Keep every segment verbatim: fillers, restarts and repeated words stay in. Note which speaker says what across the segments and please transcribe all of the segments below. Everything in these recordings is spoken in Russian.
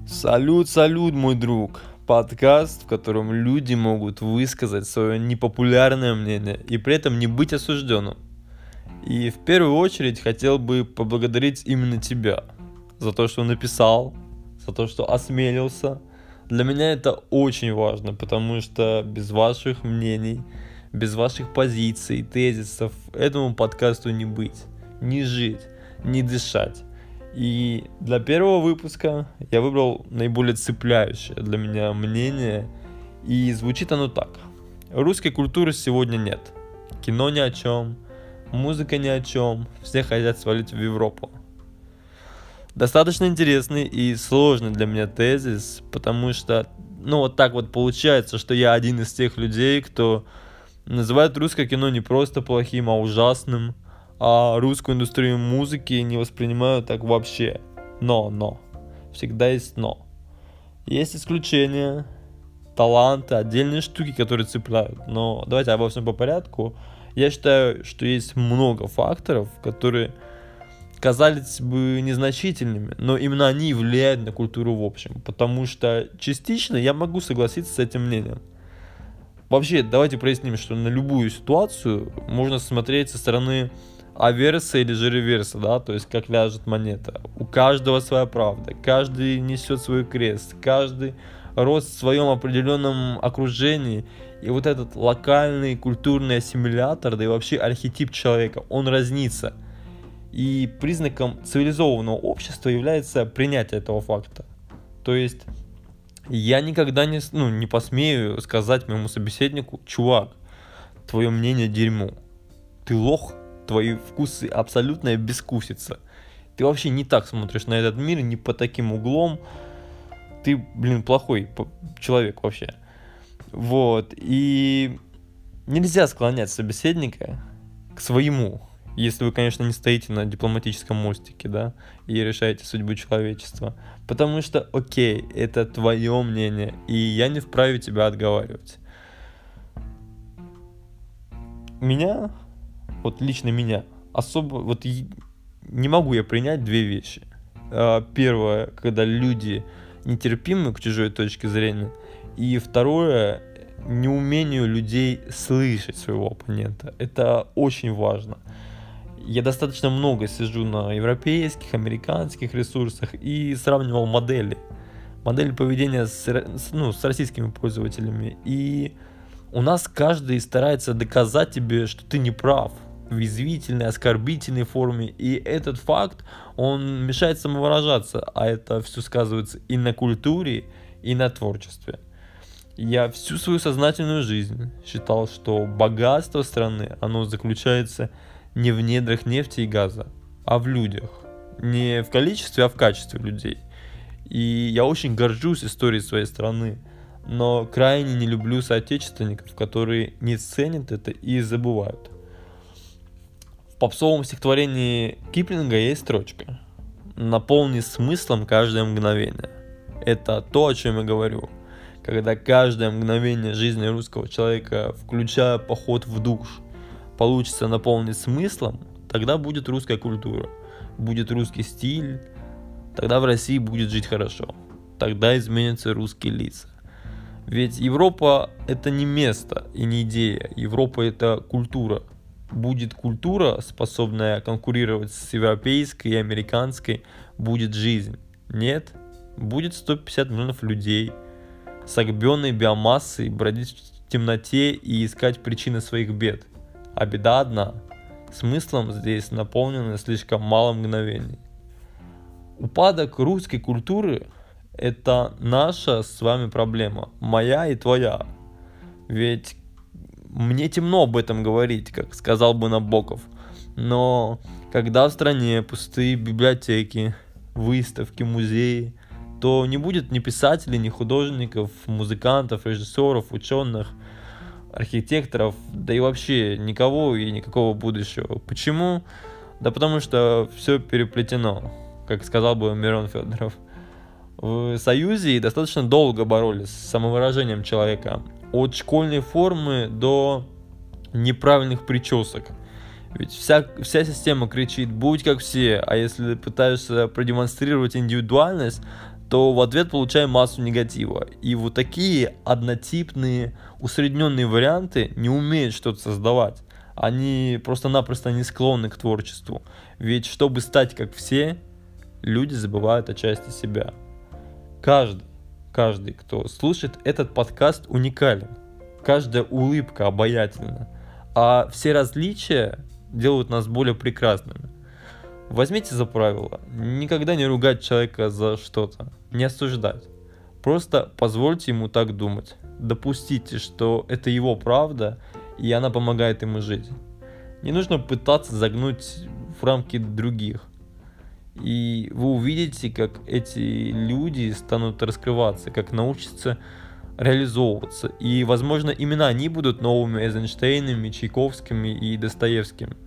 Speaker 1: Салют, салют, мой друг. Подкаст, в котором люди могут высказать свое непопулярное мнение и при этом не быть осужденным. И в первую очередь хотел бы поблагодарить именно тебя за то, что написал, за то, что осмелился. Для меня это очень важно, потому что без ваших мнений, без ваших позиций, тезисов этому подкасту не быть, не жить, не дышать. И для первого выпуска я выбрал наиболее цепляющее для меня мнение, и звучит оно так. Русской культуры сегодня нет. Кино ни о чем, музыка ни о чем, все хотят свалить в Европу. Достаточно интересный и сложный для меня тезис, потому что, ну вот так вот получается, что я один из тех людей, кто называет русское кино не просто плохим, а ужасным, а русскую индустрию музыки не воспринимаю так вообще. Но, но, всегда есть но. Есть исключения, таланты, отдельные штуки, которые цепляют. Но давайте обо всем по порядку. Я считаю, что есть много факторов, которые казались бы незначительными, но именно они влияют на культуру в общем. Потому что частично я могу согласиться с этим мнением. Вообще, давайте проясним, что на любую ситуацию можно смотреть со стороны аверса или же реверса, да, то есть как ляжет монета. У каждого своя правда, каждый несет свой крест, каждый рос в своем определенном окружении. И вот этот локальный культурный ассимилятор, да и вообще архетип человека, он разнится. И признаком цивилизованного общества является принятие этого факта. То есть я никогда не, ну, не посмею сказать моему собеседнику: чувак, твое мнение дерьмо, ты лох, твои вкусы абсолютная бескусица, ты вообще не так смотришь на этот мир, не по таким углом, ты, блин, плохой человек вообще. Вот, и нельзя склонять собеседника к своему, если вы, конечно, не стоите на дипломатическом мостике, да, и решаете судьбу человечества. Потому что, окей, это твое мнение, и я не вправе тебя отговаривать. Меня, вот лично меня, особо, вот не могу я принять две вещи. Первое, когда люди нетерпимы к чужой точке зрения, и второе, неумению людей слышать своего оппонента. Это очень важно. Я достаточно много сижу на европейских, американских ресурсах и сравнивал модели. Модели поведения с, ну, с российскими пользователями. И у нас каждый старается доказать тебе, что ты не прав в язвительной, оскорбительной форме. И этот факт, он мешает самовыражаться. А это все сказывается и на культуре, и на творчестве. Я всю свою сознательную жизнь считал, что богатство страны, оно заключается не в недрах нефти и газа, а в людях. Не в количестве, а в качестве людей. И я очень горжусь историей своей страны, но крайне не люблю соотечественников, которые не ценят это и забывают. В попсовом стихотворении Киплинга есть строчка: «Наполни смыслом каждое мгновение». Это то, о чем я говорю. Когда каждое мгновение жизни русского человека, включая поход в душ, получится наполнить смыслом, тогда будет русская культура, будет русский стиль, тогда в России будет жить хорошо, тогда изменятся русские лица. Ведь Европа — это не место и не идея, Европа — это культура. Будет культура, способная конкурировать с европейской и американской, будет жизнь. Нет, будет сто пятьдесят миллионов людей с огбенной биомассой бродить в темноте и искать причины своих бед. А беда одна: смыслом здесь наполнено слишком мало мгновений. Упадок русской культуры — это наша с вами проблема, моя и твоя. Ведь мне темно об этом говорить, как сказал бы Набоков. Но когда в стране пустые библиотеки, выставки, музеи, то не будет ни писателей, ни художников, музыкантов, режиссеров, ученых, архитекторов, да и вообще никого и никакого будущего. Почему? Да потому что все переплетено, как сказал бы Мирон Федоров. В Союзе достаточно долго боролись с самовыражением человека, от школьной формы до неправильных причесок. Ведь вся, вся система кричит: будь как все, а если пытаешься продемонстрировать индивидуальность, то в ответ получаем массу негатива. И вот такие однотипные, усредненные варианты не умеют что-то создавать. Они просто-напросто не склонны к творчеству. Ведь чтобы стать как все, люди забывают о части себя. Каждый, каждый, кто слушает этот подкаст, уникален. Каждая улыбка обаятельна. А все различия делают нас более прекрасными. Возьмите за правило, никогда не ругать человека за что-то, не осуждать. Просто позвольте ему так думать. Допустите, что это его правда, и она помогает ему жить. Не нужно пытаться загнуть в рамки других. И вы увидите, как эти люди станут раскрываться, как научатся реализовываться. И, возможно, именно они будут новыми Эйзенштейнами, Чайковскими и Достоевскими.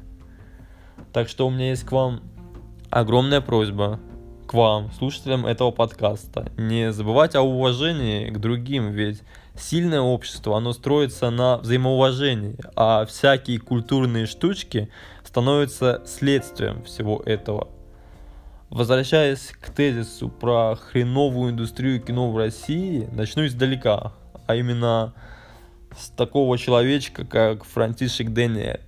Speaker 1: Так что у меня есть к вам огромная просьба, к вам, слушателям этого подкаста. Не забывайте о уважении к другим, ведь сильное общество, оно строится на взаимоуважении, а всякие культурные штучки становятся следствием всего этого. Возвращаясь к тезису про хреновую индустрию кино в России, начну издалека, а именно с такого человечка, как Франтишек Дэниель.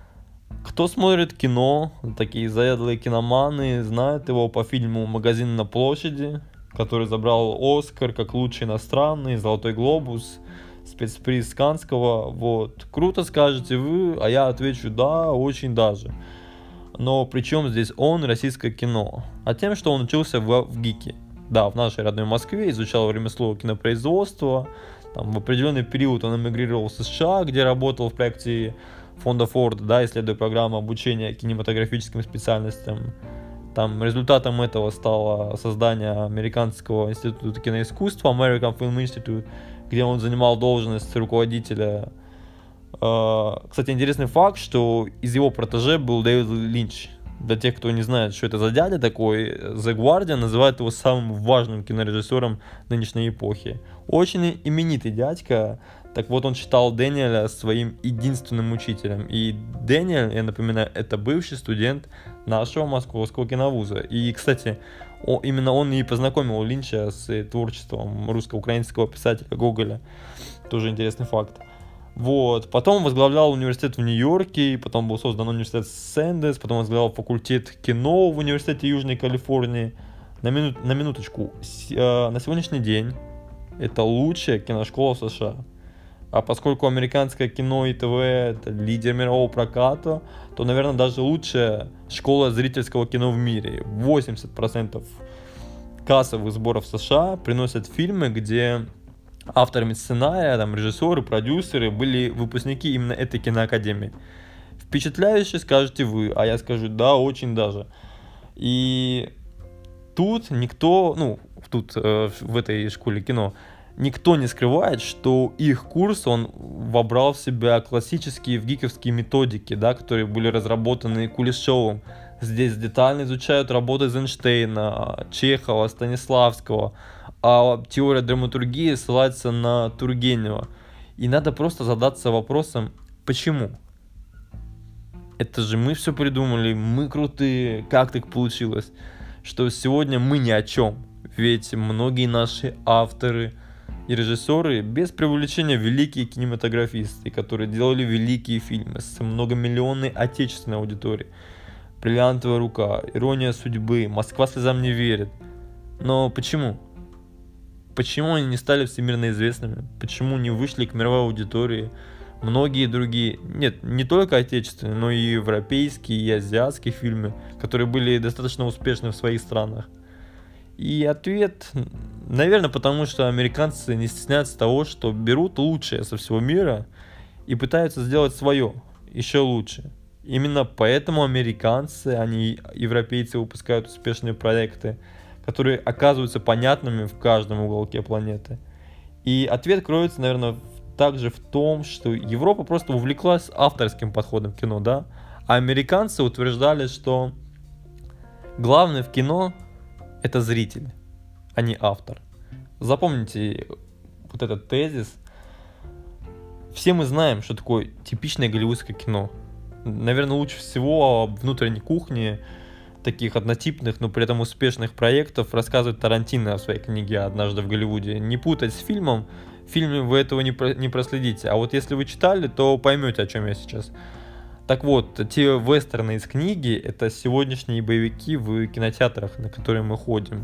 Speaker 1: Кто смотрит кино, такие заядлые киноманы, знают его по фильму «Магазин на площади», который забрал Оскар как лучший иностранный, Золотой глобус, спецприз Канского. Вот. Круто, скажете вы, а я отвечу: да, очень даже. Но при чем здесь он, российское кино? А тем, что он учился в, в ГИКе. Да, в нашей родной Москве, изучал ремесло кинопроизводства. Там, в определенный период он эмигрировал в США, где работал в проекте фонда Форда, да, исследуя программу обучения кинематографическим специальностям. Там результатом этого стало создание Американского института киноискусства, American Film Institute, где он занимал должность руководителя. Кстати, интересный факт, что из его протеже был Дэвид Линч. Для тех, кто не знает, что это за дядя такой, The Guardian называет его самым важным кинорежиссером нынешней эпохи. Очень именитый дядька. Так вот, он считал Дэниеля своим единственным учителем. И Дэниель, я напоминаю, это бывший студент нашего московского киновуза. И, кстати, о, именно он и познакомил Линча с творчеством русско-украинского писателя Гоголя. Тоже интересный факт. Вот. Потом возглавлял университет в Нью-Йорке, потом был создан университет Сэндес, потом возглавлял факультет кино в университете Южной Калифорнии. На, мину... на минуточку, с... э, на сегодняшний день это лучшая киношкола в США. А поскольку американское кино и ТВ это лидер мирового проката, то, наверное, даже лучшая школа зрительского кино в мире. восемьдесят процентов кассовых сборов США приносят фильмы, где авторами сценария, там, режиссеры, продюсеры были выпускники именно этой киноакадемии. Впечатляюще, скажете вы, а я скажу: да, очень даже. И тут никто, ну, тут э, в этой школе кино, никто не скрывает, что их курс, он вобрал в себя классические вгиковские методики, да, которые были разработаны Кулешовым. Здесь детально изучают работы Эйзенштейна, Чехова, Станиславского, а теория драматургии ссылается на Тургенева. И надо просто задаться вопросом: почему? Это же мы все придумали, мы крутые, как так получилось, что сегодня мы ни о чем? Ведь многие наши авторы и режиссеры без преувеличения великие кинематографисты, которые делали великие фильмы с многомиллионной отечественной аудиторией. «Бриллиантовая рука», «Ирония судьбы», «Москва слезам не верит». Но почему? Почему они не стали всемирно известными? Почему не вышли к мировой аудитории? Многие другие, нет, не только отечественные, но и европейские, и азиатские фильмы, которые были достаточно успешны в своих странах. И ответ, наверное, потому что американцы не стесняются того, что берут лучшее со всего мира и пытаются сделать свое еще лучше. Именно поэтому американцы, они, европейцы, выпускают успешные проекты, которые оказываются понятными в каждом уголке планеты. И ответ кроется, наверное, также в том, что Европа просто увлеклась авторским подходом к кино, да? А американцы утверждали, что главное в кино — это зритель, а не автор. Запомните вот этот тезис. Все мы знаем, что такое типичное голливудское кино. Наверное, лучше всего о внутренней кухне таких однотипных, но при этом успешных проектов рассказывает Тарантино в своей книге «Однажды в Голливуде». Не путать с фильмом. В фильме вы этого не, про, не проследите. А вот если вы читали, то поймете, о чем я сейчас. Так вот, те вестерны из книги — это сегодняшние боевики в кинотеатрах, на которые мы ходим.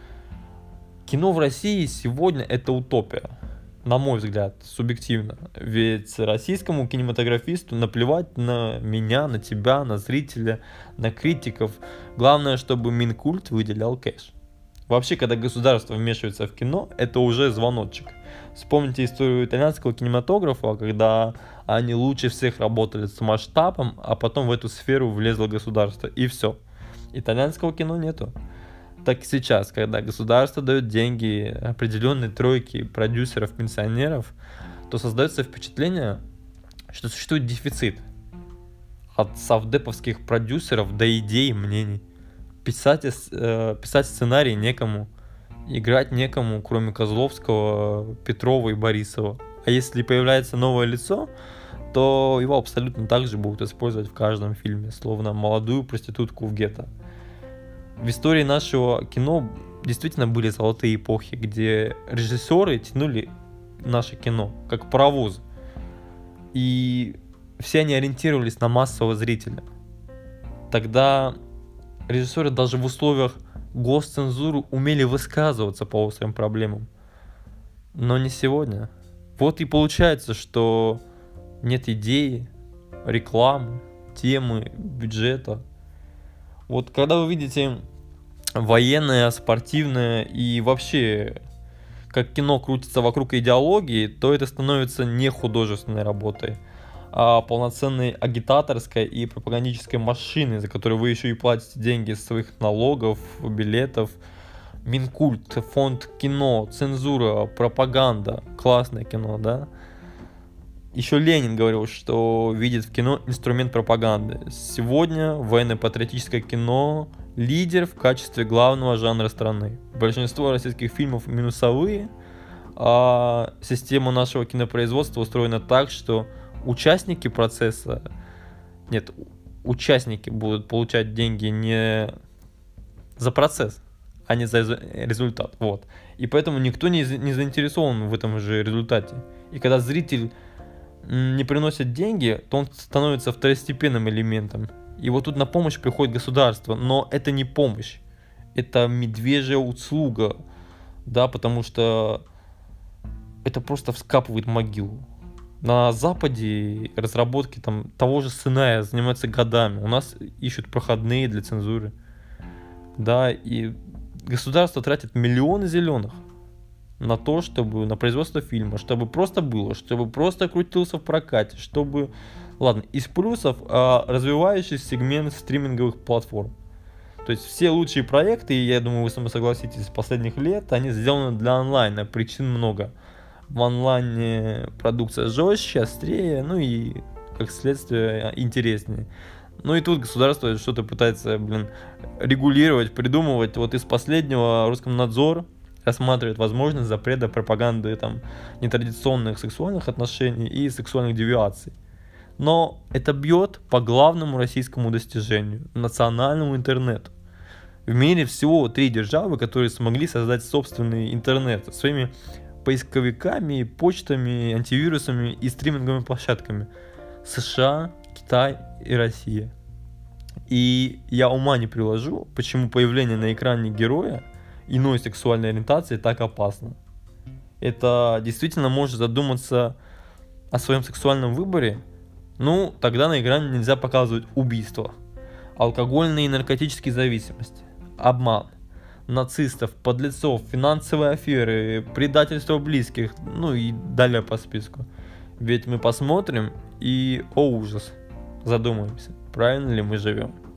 Speaker 1: Кино в России сегодня — это утопия. На мой взгляд, субъективно. Ведь российскому кинематографисту наплевать на меня, на тебя, на зрителя, на критиков. Главное, чтобы Минкульт выделял кэш. Вообще, когда государство вмешивается в кино, это уже звоночек. Вспомните историю итальянского кинематографа, когда они лучше всех работали с масштабом, а потом в эту сферу влезло государство. И все. Итальянского кино нету. Так и сейчас, когда государство дает деньги определенной тройке продюсеров-пенсионеров, то создается впечатление, что существует дефицит от совдеповских продюсеров до идей и мнений. Писать, э, писать сценарий некому, играть некому, кроме Козловского, Петрова и Борисова. А если появляется новое лицо, то его абсолютно так же будут использовать в каждом фильме, словно молодую проститутку в гетто. В истории нашего кино действительно были золотые эпохи, где режиссеры тянули наше кино, как паровоз. И все они ориентировались на массового зрителя. Тогда режиссеры даже в условиях госцензуры умели высказываться по острым проблемам. Но не сегодня. Вот и получается, что нет идеи, рекламы, темы, бюджета. Вот когда вы видите военное, спортивное и вообще как кино крутится вокруг идеологии, то это становится не художественной работой, а полноценной агитаторской и пропагандической машиной, за которую вы еще и платите деньги из своих налогов, билетов. Минкульт, фонд кино, цензура, пропаганда. Классное кино, да? Еще Ленин говорил, что видит в кино инструмент пропаганды. Сегодня военно-патриотическое кино — лидер в качестве главного жанра страны. Большинство российских фильмов минусовые, а система нашего кинопроизводства устроена так, что участники процесса, нет, участники будут получать деньги не за процесс, а не за результат. Вот. И поэтому никто не, не заинтересован в этом же результате. И когда зритель не приносит деньги, то он становится второстепенным элементом. И вот тут на помощь приходит государство, но это не помощь, это медвежья услуга, да, потому что это просто вскапывает могилу. На Западе разработки там того же сценария занимаются годами, у нас ищут проходные для цензуры, да, и государство тратит миллионы зеленых на то, чтобы на производство фильма, чтобы просто было, чтобы просто крутился в прокате, чтобы, ладно, из плюсов а, развивающий сегмент стриминговых платформ. То есть все лучшие проекты, и я думаю, вы со мной согласитесь, с последних лет, они сделаны для онлайна, причин много. В онлайне продукция жестче, острее, ну и, как следствие, интереснее. Ну и тут государство что-то пытается, блин, регулировать, придумывать. Вот из последнего Роскомнадзор рассматривает возможность запрета пропаганды там нетрадиционных сексуальных отношений и сексуальных девиаций. Но это бьет по главному российскому достижению — национальному интернету. В мире всего три державы, которые смогли создать собственный интернет со своими поисковиками, почтами, антивирусами и стриминговыми площадками: США, Китай и Россия. И я ума не приложу, почему появление на экране героя иной сексуальной ориентации так опасно. Это действительно может задуматься о своем сексуальном выборе. Ну, тогда на экране нельзя показывать убийства, алкогольные и наркотические зависимости, обман, нацистов, подлецов, финансовые аферы, предательство близких, ну и далее по списку. Ведь мы посмотрим и, о ужас, задумаемся, правильно ли мы живем.